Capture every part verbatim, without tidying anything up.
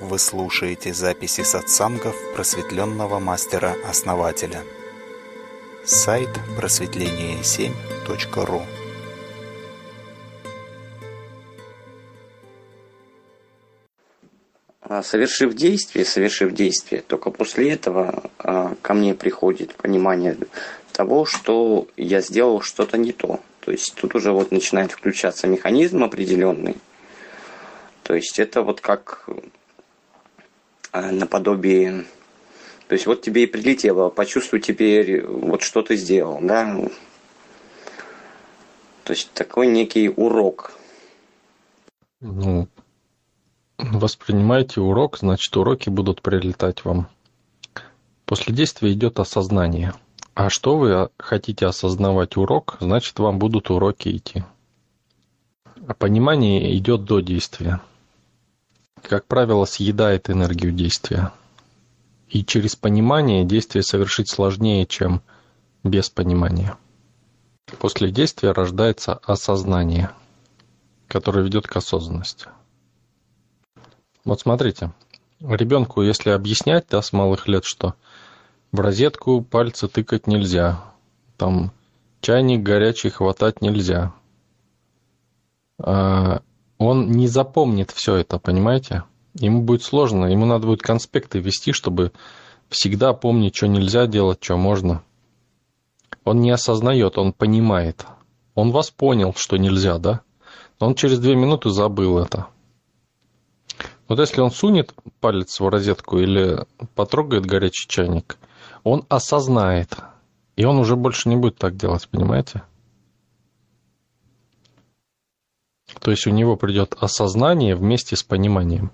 Вы слушаете записи сатсангов просветленного мастера-основателя. Сайт просветление семь точка ру. Совершив действие, совершив действие, только после этого а, ко мне приходит понимание того, что я сделал что-то не то. То есть тут уже вот начинает включаться механизм определенный. То есть это вот как а, наподобие... То есть вот тебе и прилетело, почувствуй теперь, вот что ты сделал, да? То есть такой некий урок. Ну, воспринимайте урок, значит, уроки будут прилетать вам. После действия идет осознание. А что вы хотите осознавать урок, значит, вам будут уроки идти. А понимание идет до действия. Как правило, съедает энергию действия. И через понимание действие совершить сложнее, чем без понимания. После действия рождается осознание, которое ведет к осознанности. Вот смотрите, ребенку, если объяснять, да, с малых лет, что в розетку пальцы тыкать нельзя, там чайник горячий хватать нельзя, он не запомнит все это, понимаете? Ему будет сложно, ему надо будет конспекты вести, чтобы всегда помнить, что нельзя делать, что можно. Он не осознает, он понимает. Он вас понял, что нельзя, да? Но он через две минуты забыл это. Вот если он сунет палец в розетку или потрогает горячий чайник, он осознает. И он уже больше не будет так делать, понимаете? То есть у него придет осознание вместе с пониманием.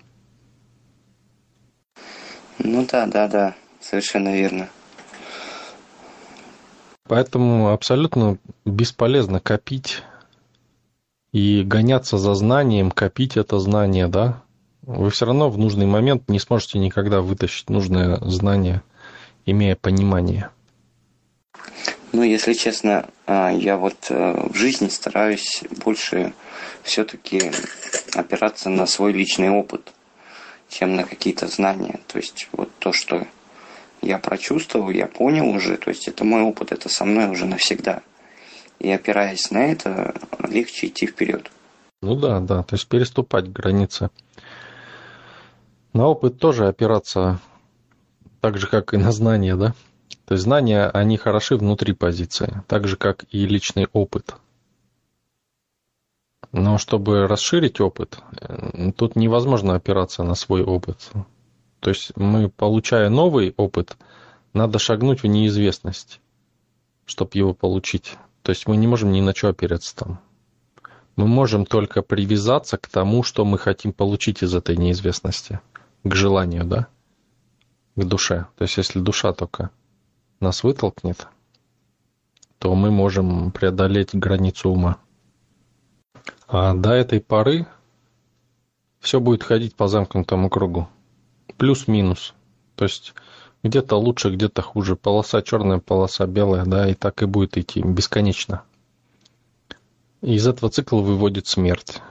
Ну да, да, да, совершенно верно. Поэтому абсолютно бесполезно копить и гоняться за знанием, копить это знание, да? Вы все равно в нужный момент не сможете никогда вытащить нужное знание, имея понимание. Ну, если честно, я вот в жизни стараюсь больше все-таки опираться на свой личный опыт, чем на какие-то знания. То есть вот то, что я прочувствовал, я понял уже, то есть это мой опыт, это со мной уже навсегда. И опираясь на это, легче идти вперед. Ну да, да, то есть переступать границы. На опыт тоже опираться так же, как и на знания, да? То есть знания, они хороши внутри позиции, так же, как и личный опыт. Но чтобы расширить опыт, тут невозможно опираться на свой опыт. То есть мы, получая новый опыт, надо шагнуть в неизвестность, чтобы его получить. То есть мы не можем ни на что опереться там. Мы можем только привязаться к тому, что мы хотим получить из этой неизвестности. К желанию, да? К душе. То есть если душа только нас вытолкнет, то мы можем преодолеть границу ума. А до этой поры все будет ходить по замкнутому кругу. Плюс-минус. То есть где-то лучше, где-то хуже. Полоса черная, полоса белая, да, и так и будет идти бесконечно. И из этого цикла выводит смерть.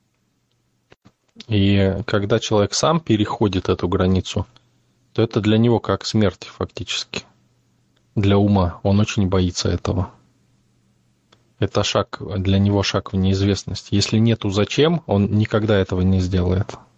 И когда человек сам переходит эту границу, то это для него как смерть фактически. Для ума. Он очень боится этого. Это шаг, для него шаг в неизвестность. Если нету зачем, он никогда этого не сделает.